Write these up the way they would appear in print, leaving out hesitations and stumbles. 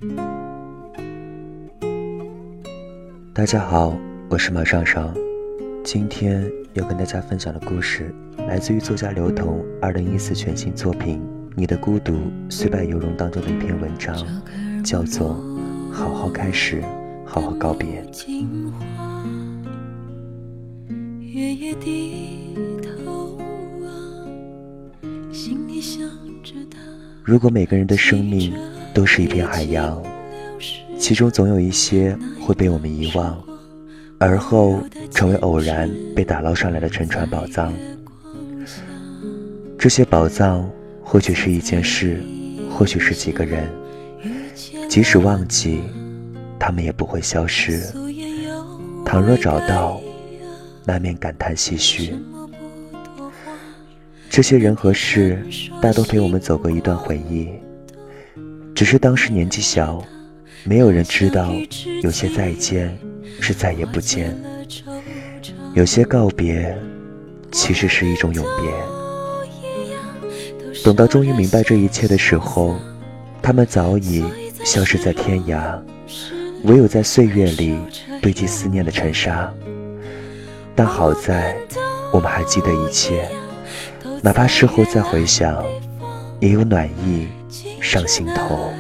大家好，我是马上上，今天要跟大家分享的故事来自于作家刘同2014全新作品《你的孤独虽败犹荣》当中的一篇文章，叫做《好好开始，好好告别》。 夜夜低头心里想着他。 如果每个人的生命都是一片海洋，其中总有一些会被我们遗忘，而后成为偶然被打捞上来的沉船宝藏。这些宝藏或许是一件事，或许是几个人，即使忘记，他们也不会消失。倘若找到，难免感叹唏嘘。这些人和事大都陪我们走过一段回忆，只是当时年纪小，没有人知道有些再见是再也不见，有些告别其实是一种永别。等到终于明白这一切的时候，他们早已消失在天涯，唯有在岁月里堆积思念的尘沙。但好在我们还记得一切，哪怕事后再回想，也有暖意上心头。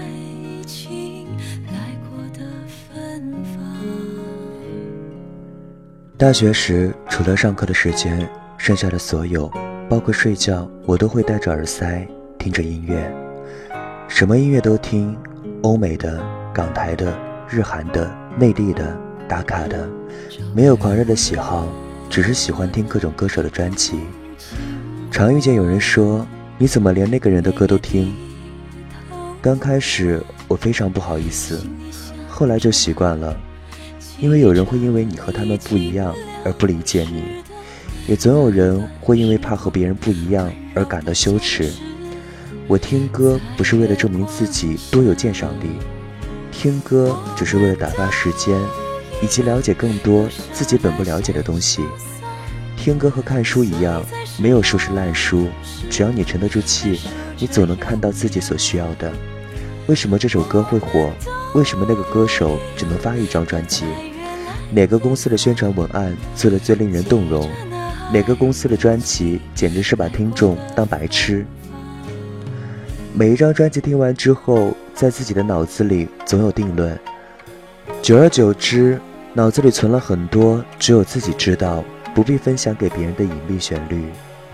大学时，除了上课的时间，剩下的所有，包括睡觉，我都会戴着耳塞听着音乐，什么音乐都听，欧美的、港台的、日韩的、内地的、打卡的，没有狂热的喜好，只是喜欢听各种歌手的专辑。常遇见有人说，你怎么连那个人的歌都听？刚开始我非常不好意思，后来就习惯了，因为有人会因为你和他们不一样而不理解你，也总有人会因为怕和别人不一样而感到羞耻。我听歌不是为了证明自己多有鉴赏力，听歌只是为了打发时间，以及了解更多自己本不了解的东西。听歌和看书一样，没有书是烂书，只要你沉得住气，你总能看到自己所需要的。为什么这首歌会火？为什么那个歌手只能发一张专辑？哪个公司的宣传文案做得最令人动容？哪个公司的专辑简直是把听众当白痴？每一张专辑听完之后，在自己的脑子里总有定论，久而久之，脑子里存了很多只有自己知道，不必分享给别人的隐秘旋律。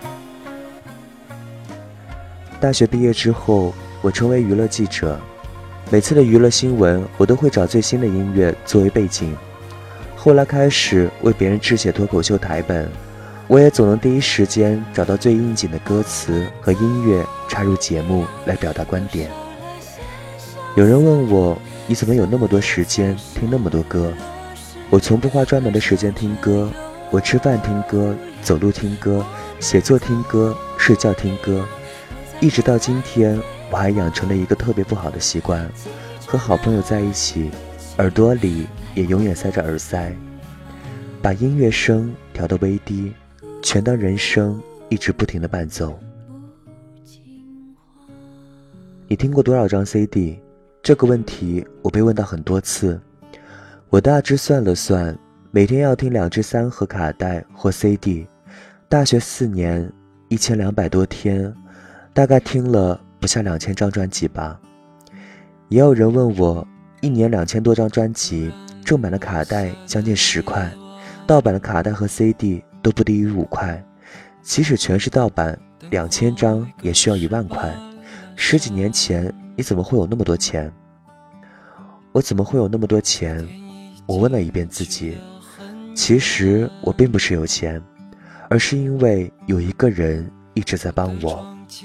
大学毕业之后，我成为娱乐记者，每次的娱乐新闻，我都会找最新的音乐作为背景。后来开始为别人制写脱口秀台本，我也总能第一时间找到最应景的歌词和音乐插入节目来表达观点。有人问我，你怎么有那么多时间听那么多歌？我从不花专门的时间听歌，我吃饭听歌，走路听歌，写作听歌，睡觉听歌，一直到今天，我还养成了一个特别不好的习惯，和好朋友在一起，耳朵里也永远塞着耳塞，把音乐声调得微低，全当人声一直不停地伴奏。你听过多少张 CD？ 这个问题我被问到很多次，我大致算了算，每天要听2至3盒卡带或 CD， 大学4年1200多天，大概听了不下2000张专辑吧。也有人问我，一年2000多张专辑，正版的卡带将近10块，盗版的卡带和 CD 都不低于5块，即使全是盗版，2000张也需要1万块。10几年前，你怎么会有那么多钱？我怎么会有那么多钱？我问了一遍自己。其实我并不是有钱，而是因为有一个人一直在帮我。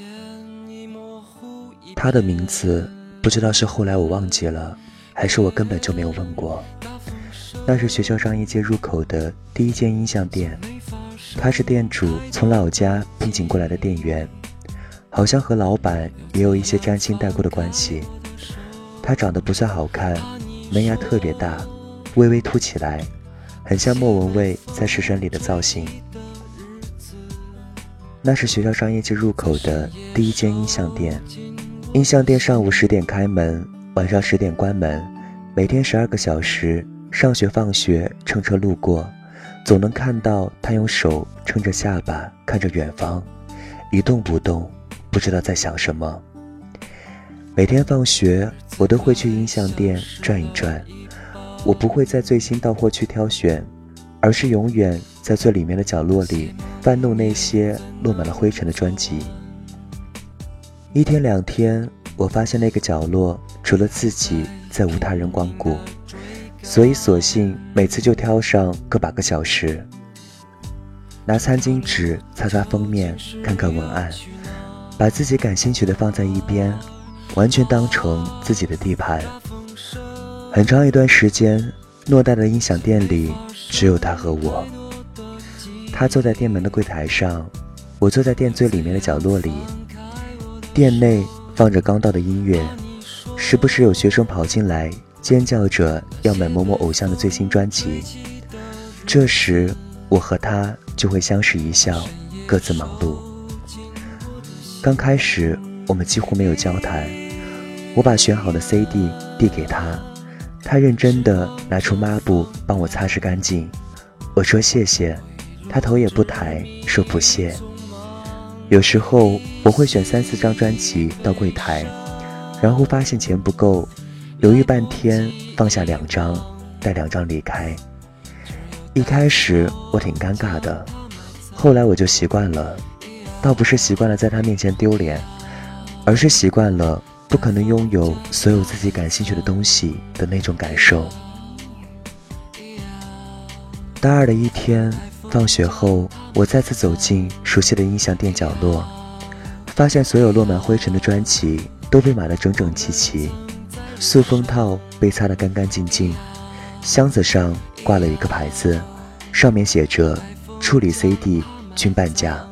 他的名字不知道是后来我忘记了，还是我根本就没有问过。那是学校商业街入口的第一间音像店，他是店主从老家聘请过来的店员，好像和老板也有一些沾亲带故的关系。他长得不算好看，门牙特别大，微微凸起来，很像莫文蔚在《食神》里的造型。那是学校商业街入口的第一间音像店。音像店上午10点开门， 晚上10点关门，每天12个小时，上学放学乘车路过，总能看到他用手撑着下巴看着远方，一动不动，不知道在想什么。每天放学我都会去音像店转一转，我不会在最新到货区挑选，而是永远在最里面的角落里翻弄那些落满了灰尘的专辑。1天2天，我发现那个角落除了自己再无他人光顾，所以索性每次就挑上个把个小时，拿餐巾纸擦擦封面，看看文案，把自己感兴趣的放在一边，完全当成自己的地盘。很长一段时间，偌大的音响店里只有他和我。他坐在店门的柜台上，我坐在店最里面的角落里。店内放着刚到的音乐，时不时有学生跑进来尖叫着要买某某偶像的最新专辑。这时我和他就会相视一笑，各自忙碌。刚开始我们几乎没有交谈，我把选好的 CD 递给他，他认真地拿出抹布帮我擦拭干净。我说谢谢，他头也不抬说不谢。有时候我会选3、4张专辑到柜台，然后发现钱不够，犹豫半天放下2张，带2张离开。一开始我挺尴尬的，后来我就习惯了，倒不是习惯了在他面前丢脸，而是习惯了不可能拥有所有自己感兴趣的东西的那种感受。大2的一天，放学后我再次走进熟悉的音像店角落，发现所有落满灰尘的专辑都被码得整整齐齐，塑封套被擦得干干净净，箱子上挂了一个牌子，上面写着处理 CD 均半价。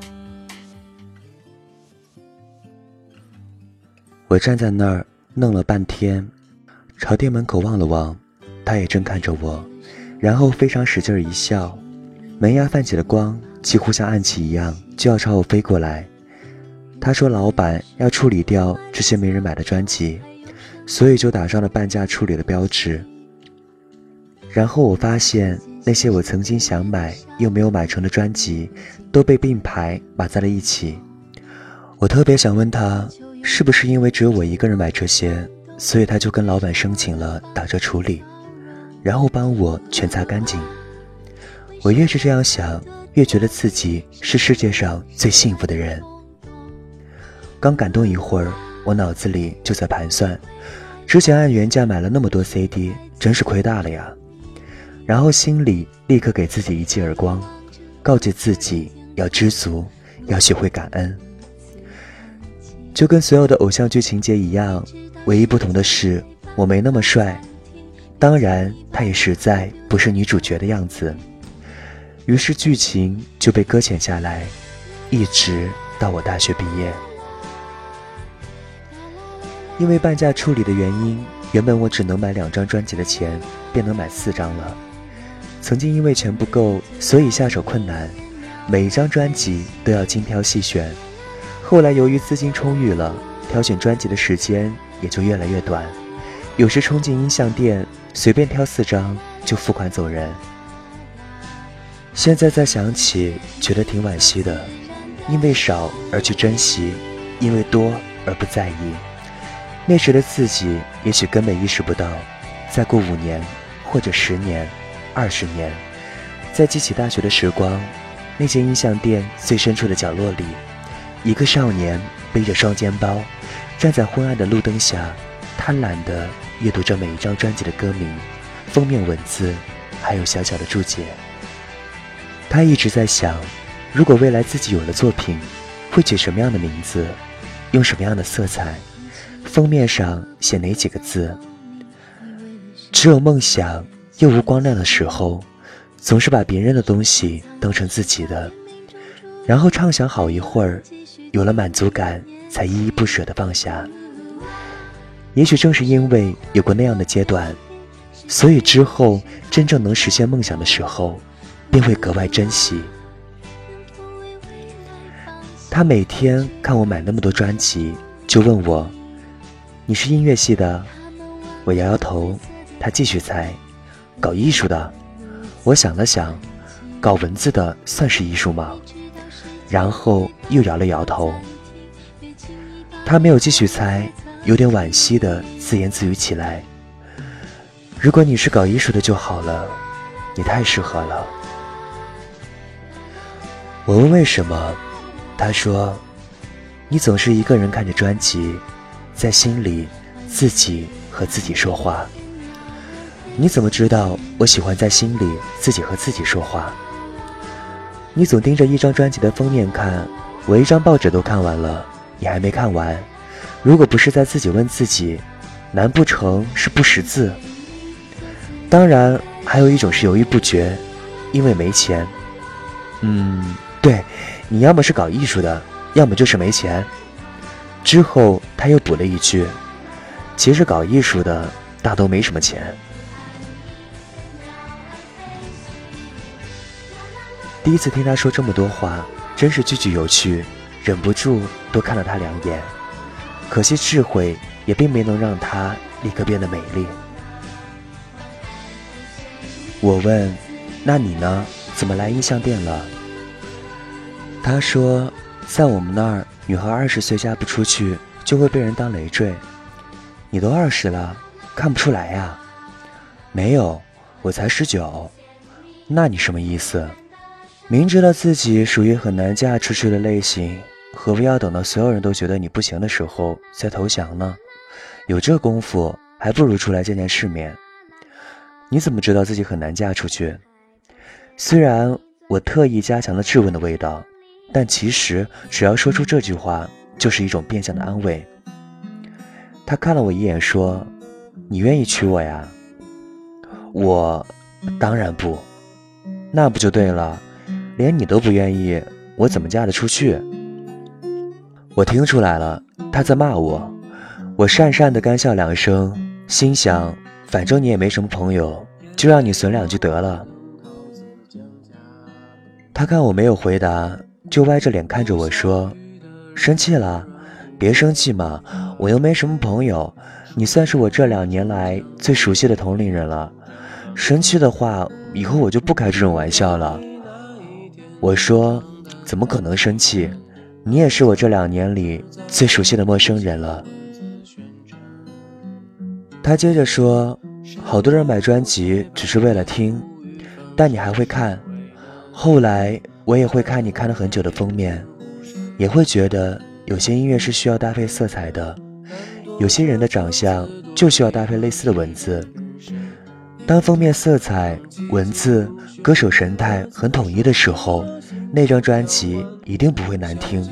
我站在那儿弄了半天，朝店门口望了望，他也正看着我，然后非常使劲一笑，门牙泛起的光几乎像暗器一样就要朝我飞过来。他说老板要处理掉这些没人买的专辑，所以就打上了半价处理的标志。然后我发现那些我曾经想买又没有买成的专辑都被并排码在了一起。我特别想问他，是不是因为只有我一个人买这些，所以他就跟老板申请了打折处理，然后帮我全擦干净。我越是这样想，越觉得自己是世界上最幸福的人。刚感动一会儿，我脑子里就在盘算，之前按原价买了那么多 CD， 真是亏大了呀。然后心里立刻给自己一记耳光，告诫自己要知足，要学会感恩。就跟所有的偶像剧情节一样，唯一不同的是我没那么帅，当然他也实在不是女主角的样子。于是剧情就被搁浅下来，一直到我大学毕业。因为半价处理的原因，原本我只能买2张专辑的钱变能买4张了。曾经因为钱不够，所以下手困难，每一张专辑都要精挑细选。后来由于资金充裕了，挑选专辑的时间也就越来越短，有时冲进音像店随便挑4张就付款走人。现在再想起，觉得挺惋惜的，因为少而去珍惜，因为多而不在意。那时的自己也许根本意识不到，再过5年或者10年、20年，在记起大学的时光，那间音像店最深处的角落里，一个少年背着双肩包，站在昏暗的路灯下，贪婪地阅读着每一张专辑的歌名、封面文字，还有小小的注解。他一直在想，如果未来自己有了作品，会取什么样的名字，用什么样的色彩，封面上写哪几个字。只有梦想又无光亮的时候，总是把别人的东西当成自己的，然后畅想好一会儿，有了满足感才依依不舍地放下。也许正是因为有过那样的阶段，所以之后真正能实现梦想的时候，便会格外珍惜。他每天看我买那么多专辑，就问我，你是音乐系的？ 我摇摇头，他继续猜，搞艺术的。我想了想，搞文字的算是艺术吗？然后又摇了摇头。他没有继续猜，有点惋惜地自言自语起来。如果你是搞艺术的就好了，你太适合了。我问为什么，他说，你总是一个人看着专辑，在心里自己和自己说话。你怎么知道我喜欢在心里自己和自己说话？你总盯着一张专辑的封面看，我一张报纸都看完了，你还没看完。如果不是在自己问自己，难不成是不识字？当然还有一种是犹豫不决，因为没钱。对，你要么是搞艺术的，要么就是没钱。之后他又补了一句，其实搞艺术的大都没什么钱。第一次听他说这么多话，真是句句有趣，忍不住多看了他2眼。可惜智慧也并没能让他立刻变得美丽。我问，那你呢？怎么来音像店了？他说，在我们那儿，女孩20岁嫁不出去，就会被人当累赘。你都20了，看不出来呀？没有，我才19。那你什么意思？明知道自己属于很难嫁出去的类型，何必要等到所有人都觉得你不行的时候再投降呢？有这功夫，还不如出来见见世面。你怎么知道自己很难嫁出去？虽然我特意加强了质问的味道，但其实只要说出这句话，就是一种变相的安慰。他看了我一眼说，你愿意娶我呀？我当然不。那不就对了，连你都不愿意，我怎么嫁得出去？我听出来了，他在骂我。我讪讪地干笑2声，心想，反正你也没什么朋友，就让你损2句得了。他看我没有回答，就歪着脸看着我说，生气了？别生气嘛，我又没什么朋友，你算是我这2年来最熟悉的同龄人了。生气的话，以后我就不开这种玩笑了。我说，怎么可能生气？你也是我这2年里最熟悉的陌生人了。他接着说，好多人买专辑只是为了听，但你还会看。后来我也会看你看了很久的封面，也会觉得有些音乐是需要搭配色彩的，有些人的长相就需要搭配类似的文字。当封面色彩、文字、歌手神态很统一的时候，那张专辑一定不会难听。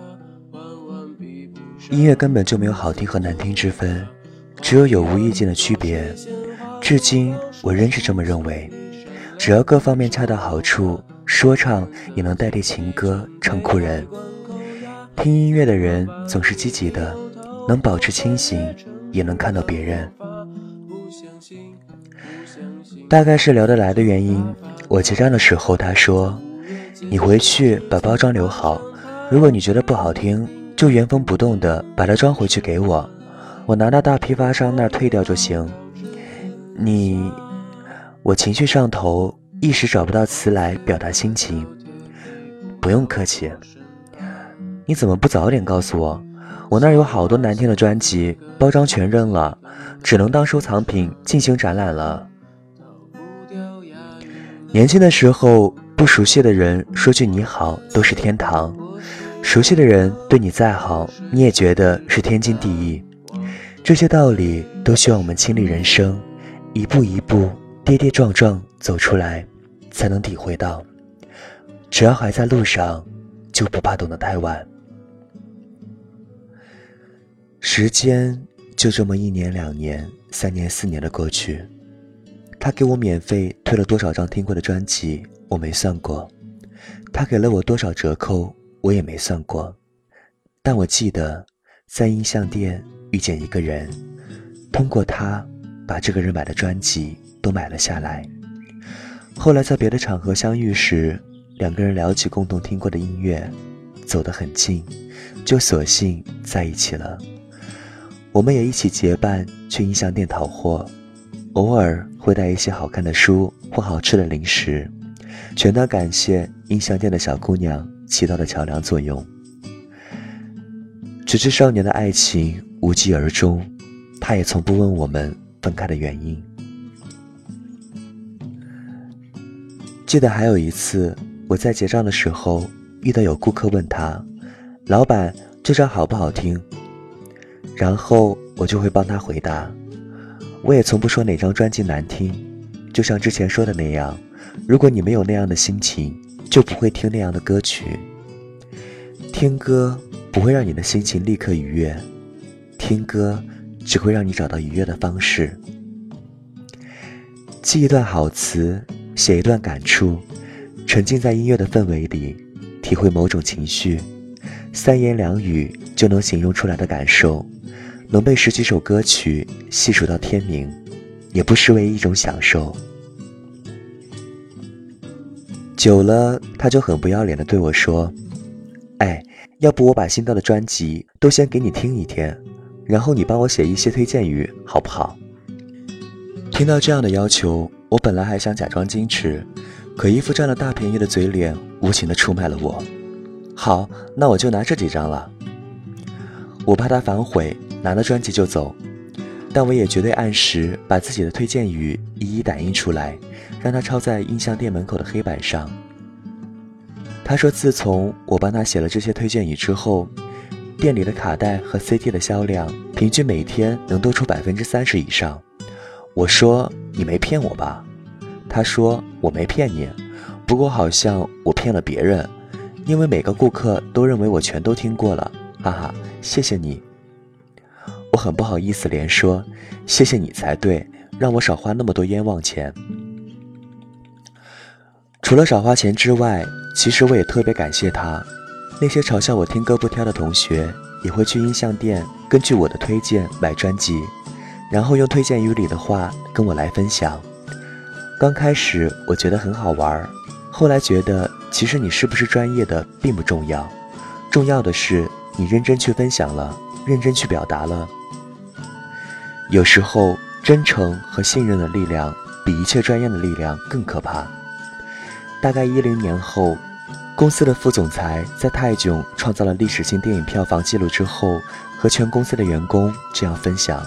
音乐根本就没有好听和难听之分，只有有无意间的区别。至今我仍是这么认为，只要各方面恰到好处，说唱也能代替情歌唱哭人。听音乐的人总是积极的，能保持清醒，也能看到别人。大概是聊得来的原因，我结账的时候他说，你回去把包装留好，如果你觉得不好听，就原封不动的把它装回去给我，我拿到大批发商那儿退掉就行。我情绪上头，一时找不到词来表达心情。不用客气。你怎么不早点告诉我？我那儿有好多难听的专辑，包装全扔了，只能当收藏品进行展览了。年轻的时候，不熟悉的人说句你好都是天堂，熟悉的人对你再好，你也觉得是天经地义。这些道理都需要我们经历人生，一步一步跌跌撞撞走出来，才能体会到。只要还在路上，就不怕懂得太晚。时间就这么1年2年3年4年的过去，他给我免费推了多少张听过的专辑，我没算过。他给了我多少折扣，我也没算过。但我记得在音像店遇见一个人，通过他把这个人买的专辑都买了下来。后来在别的场合相遇时，2个人聊起共同听过的音乐，走得很近，就索性在一起了。 我们也一起结伴去音像店淘货，偶尔会带一些好看的书或好吃的零食，全当感谢音像店的小姑娘起到的桥梁作用。直至少年的爱情无疾而终，他也从不问我们分开的原因。记得还有一次，我在结账的时候遇到有顾客问他，老板，这张好不好听？然后我就会帮他回答。我也从不说哪张专辑难听，就像之前说的那样，如果你没有那样的心情，就不会听那样的歌曲。听歌不会让你的心情立刻愉悦，听歌只会让你找到愉悦的方式。记一段好词，写一段感触，沉浸在音乐的氛围里，体会某种情绪，三言两语就能形容出来的感受，能被10几首歌曲细数到天明，也不失为一种享受。久了，他就很不要脸地对我说，哎，要不我把新到的专辑都先给你听一天，然后你帮我写一些推荐语好不好？听到这样的要求，我本来还想假装矜持，可一副占了大便宜的嘴脸无情地出卖了我。好，那我就拿这几张了。我怕他反悔，拿了专辑就走，但我也绝对按时把自己的推荐语一一打印出来，让他抄在音像店门口的黑板上。他说自从我帮他写了这些推荐语之后，店里的卡带和 CD 的销量平均每天能多出30%以上。我说你没骗我吧？他说我没骗你，不过好像我骗了别人，因为每个顾客都认为我全都听过了，哈哈，谢谢你。我很不好意思连说谢谢你才对，让我少花那么多冤枉钱。除了少花钱之外，其实我也特别感谢他，那些嘲笑我听歌不挑的同学也会去音像店根据我的推荐买专辑，然后用推荐语里的话跟我来分享。刚开始我觉得很好玩，后来觉得其实你是不是专业的并不重要，重要的是你认真去分享了，认真去表达了。有时候真诚和信任的力量比一切专业的力量更可怕。大概10年后，公司的副总裁在泰囧创造了历史性电影票房纪录之后，和全公司的员工这样分享。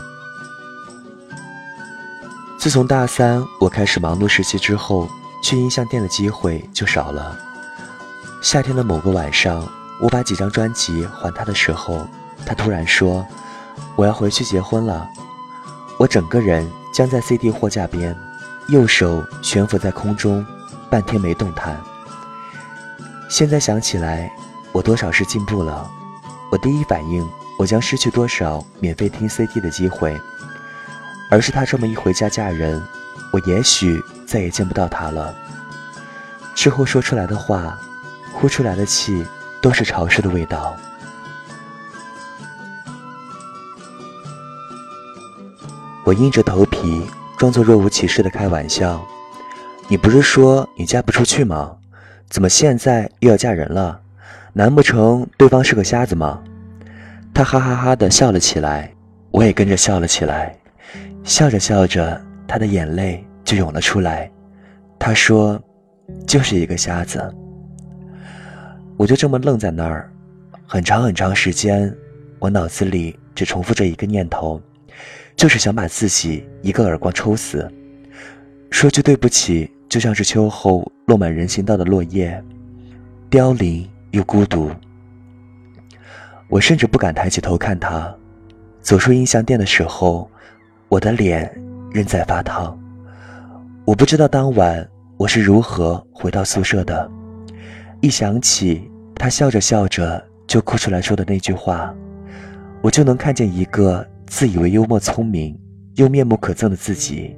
自从大3我开始忙碌实习之后，去音像店的机会就少了。夏天的某个晚上，我把几张专辑还他的时候，他突然说，我要回去结婚了。我整个人僵在 CD 货架边，右手悬浮在空中，半天没动弹。现在想起来，我多少是进步了。我第一反应，我将失去多少免费听 CD 的机会，而是他这么一回家嫁人，我也许再也见不到他了。之后说出来的话，呼出来的气，都是潮湿的味道。我硬着头皮装作若无其事的开玩笑，你不是说你嫁不出去吗？怎么现在又要嫁人了？难不成对方是个瞎子吗？他哈哈哈地笑了起来，我也跟着笑了起来。笑着笑着，他的眼泪就涌了出来。他说，就是一个瞎子。我就这么愣在那儿，很长很长时间，我脑子里只重复着一个念头，就是想把自己一个耳光抽死。说句对不起，就像是秋后落满人行道的落叶，凋零又孤独。我甚至不敢抬起头看他。走出音像店的时候，我的脸仍在发烫。我不知道当晚我是如何回到宿舍的。一想起他笑着笑着就哭出来说的那句话，我就能看见一个自以为幽默聪明又面目可憎的自己。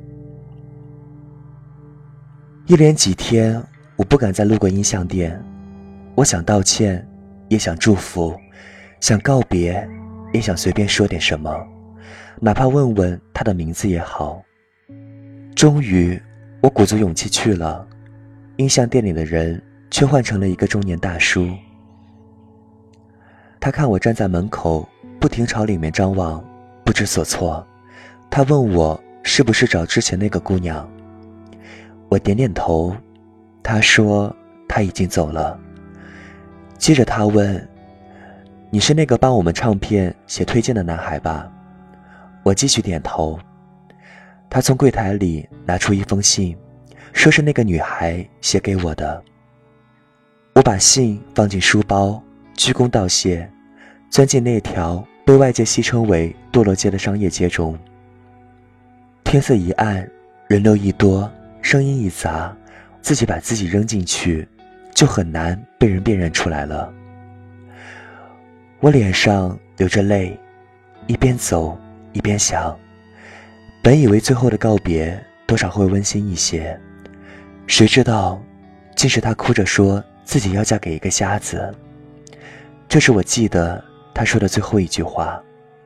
一连几天，我不敢再路过音像店。我想道歉，也想祝福，想告别，也想随便说点什么，哪怕问问他的名字也好。终于，我鼓足勇气去了，音像店里的人却换成了一个中年大叔。他看我站在门口，不停朝里面张望，不不知所措。他问我是不是找之前那个姑娘，我点点头。他说他已经走了。接着他问，你是那个帮我们唱片写推荐的男孩吧？我继续点头。他从柜台里拿出一封信，说是那个女孩写给我的。我把信放进书包，鞠躬道谢，钻进那条被外界戏称为堕落街的商业街中。天色一暗，人流一多，声音一杂，自己把自己扔进去，就很难被人辨认出来了。我脸上流着泪，一边走一边想，本以为最后的告别多少会温馨一些，谁知道竟是他哭着说自己要嫁给一个瞎子。这是我记得他说的最后一句话。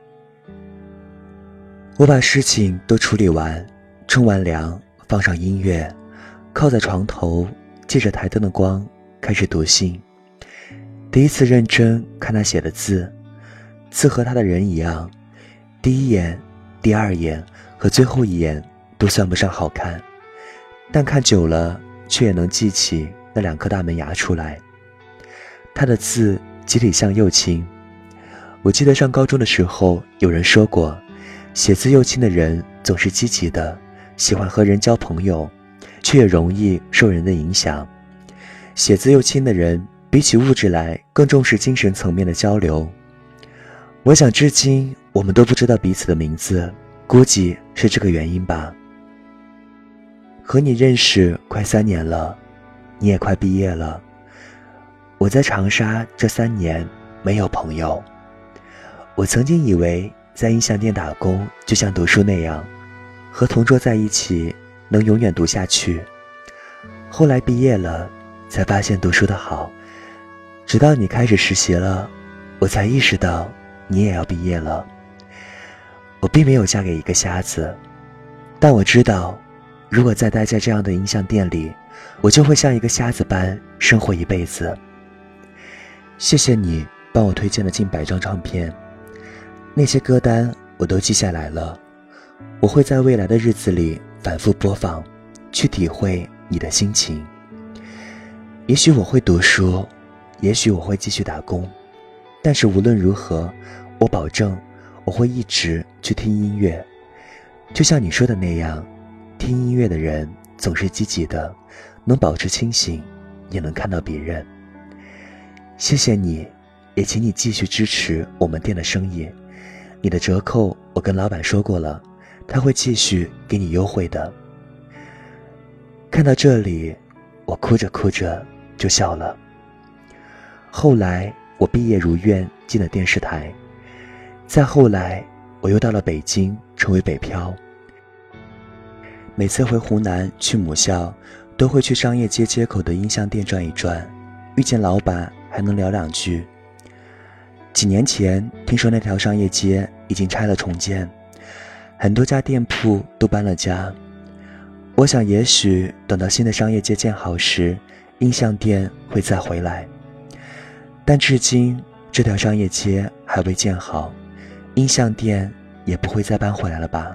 我把事情都处理完，冲完凉，放上音乐，靠在床头，借着台灯的光开始读信。第一次认真看他写的字，字和他的人一样，第一眼、第二眼和最后一眼都算不上好看，但看久了却也能记起那2颗大门牙出来。他的字极体像右倾。我记得上高中的时候有人说过，写字右倾的人总是积极的，喜欢和人交朋友，却也容易受人的影响。写字右倾的人比起物质来更重视精神层面的交流。我想至今我们都不知道彼此的名字，估计是这个原因吧。和你认识快3年了，你也快毕业了。我在长沙这3年没有朋友。我曾经以为在音像店打工就像读书那样，和同桌在一起能永远读下去。后来毕业了，才发现读书的好。直到你开始实习了，我才意识到你也要毕业了。我并没有嫁给一个瞎子，但我知道，如果再待在这样的音像店里，我就会像一个瞎子般生活一辈子。谢谢你帮我推荐了近100张唱片，那些歌单我都记下来了，我会在未来的日子里反复播放，去体会你的心情。也许我会读书，也许我会继续打工，但是无论如何，我保证我会一直去听音乐。就像你说的那样，听音乐的人总是积极的，能保持清醒，也能看到别人。谢谢你，也请你继续支持我们店的生意。你的折扣我跟老板说过了，他会继续给你优惠的。看到这里，我哭着哭着就笑了。后来我毕业如愿进了电视台，再后来我又到了北京，成为北漂。每次回湖南去母校，都会去商业街街口的音像店转一转，遇见老板还能聊2句。几年前听说那条商业街已经拆了重建，很多家店铺都搬了家。我想也许等到新的商业街建好时，音像店会再回来。但至今这条商业街还未建好，音像店也不会再搬回来了吧。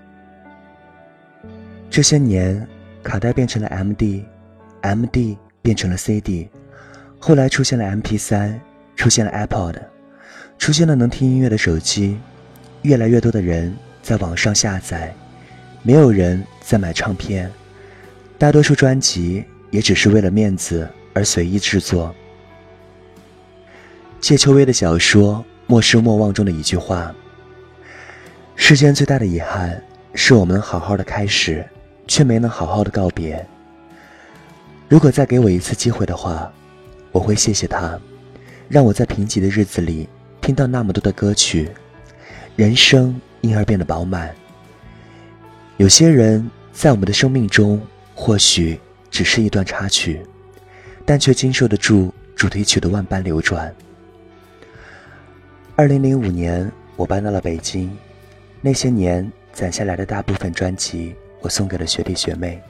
这些年，卡带变成了 MD 变成了 CD， 后来出现了 MP3， 出现了 iPod， 出现了能听音乐的手机，越来越多的人在网上下载，没有人在买唱片，大多数专辑也只是为了面子而随意制作。谢秋薇的小说《莫失莫忘》中的一句话：世间最大的遗憾是我们能好好的开始，却没能好好的告别。如果再给我一次机会的话，我会谢谢他，让我在贫瘠的日子里听到那么多的歌曲，人生因而变得饱满。有些人在我们的生命中或许只是一段插曲，但却经受得住主题曲的万般流转。2005年我搬到了北京，那些年攒下来的大部分专辑我送给了学弟学妹。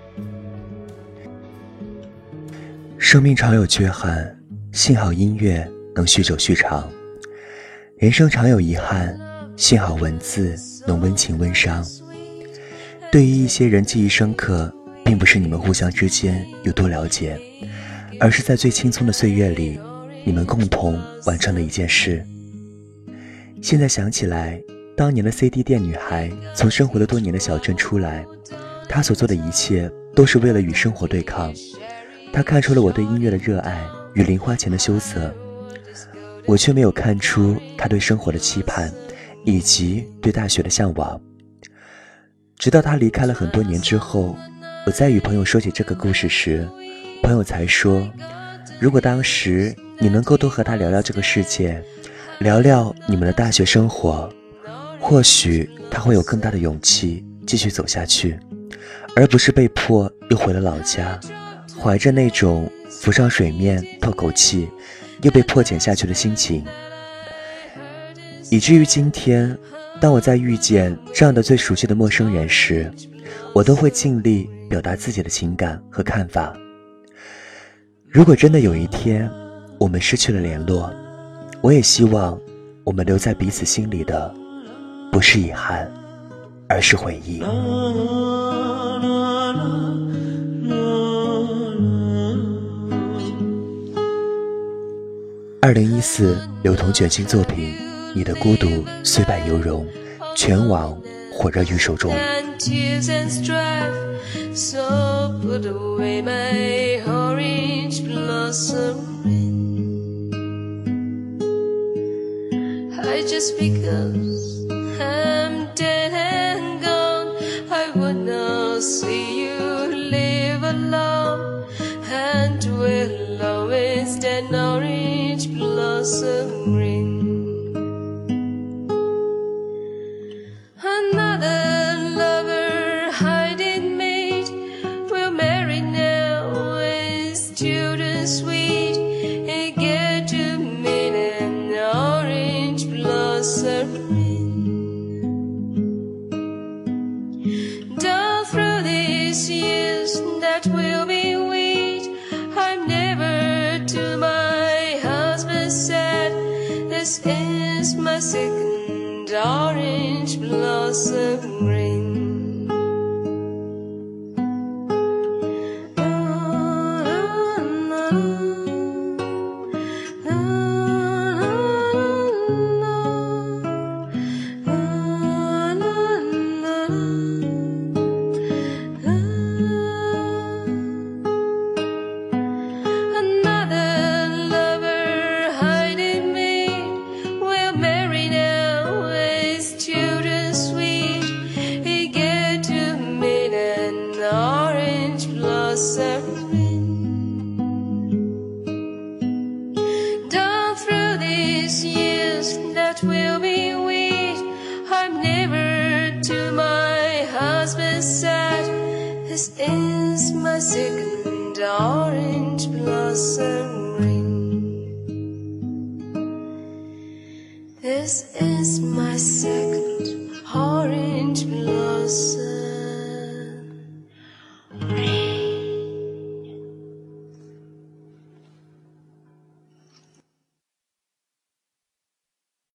生命常有缺憾，幸好音乐能续走续长。人生常有遗憾， 幸好文字能温情温伤。对于一些人记忆深刻，并不是你们互相之间有多了解，而是在最青葱的岁月里，你们共同完成了一件事。现在想起来，当年的 CD 店女孩从生活了多年的小镇出来，她所做的一切都是为了与生活对抗。她看出了我对音乐的热爱与零花钱的羞涩，我却没有看出她对生活的期盼以及对大学的向往。直到她离开了很多年之后，我在与朋友说起这个故事时，朋友才说，如果当时你能够多和她聊聊这个世界，聊聊你们的大学生活，或许她会有更大的勇气继续走下去，而不是被迫又回了老家，怀着那种浮上水面透口气又被迫减下去的心情。以至于今天，当我在遇见这样的最熟悉的陌生人时，我都会尽力表达自己的情感和看法。如果真的有一天我们失去了联络，我也希望我们留在彼此心里的不是遗憾，而是回忆。2014刘同全新作品《你的孤独虽败犹荣》全网火热预售中。 So put away my orange blossom I just because I'm dead and gone I would not see you live alone and will always stand orange blossom ring. Another lover hiding mate will marry now is children sweet and get to meet an orange blossom ring. Down through these years that will be wait, I'm never to my husband said, this is my second orange blossom ring. Down through these years that will be wait, I'm never to my husband said, this is my second orange blossom ring. This is my second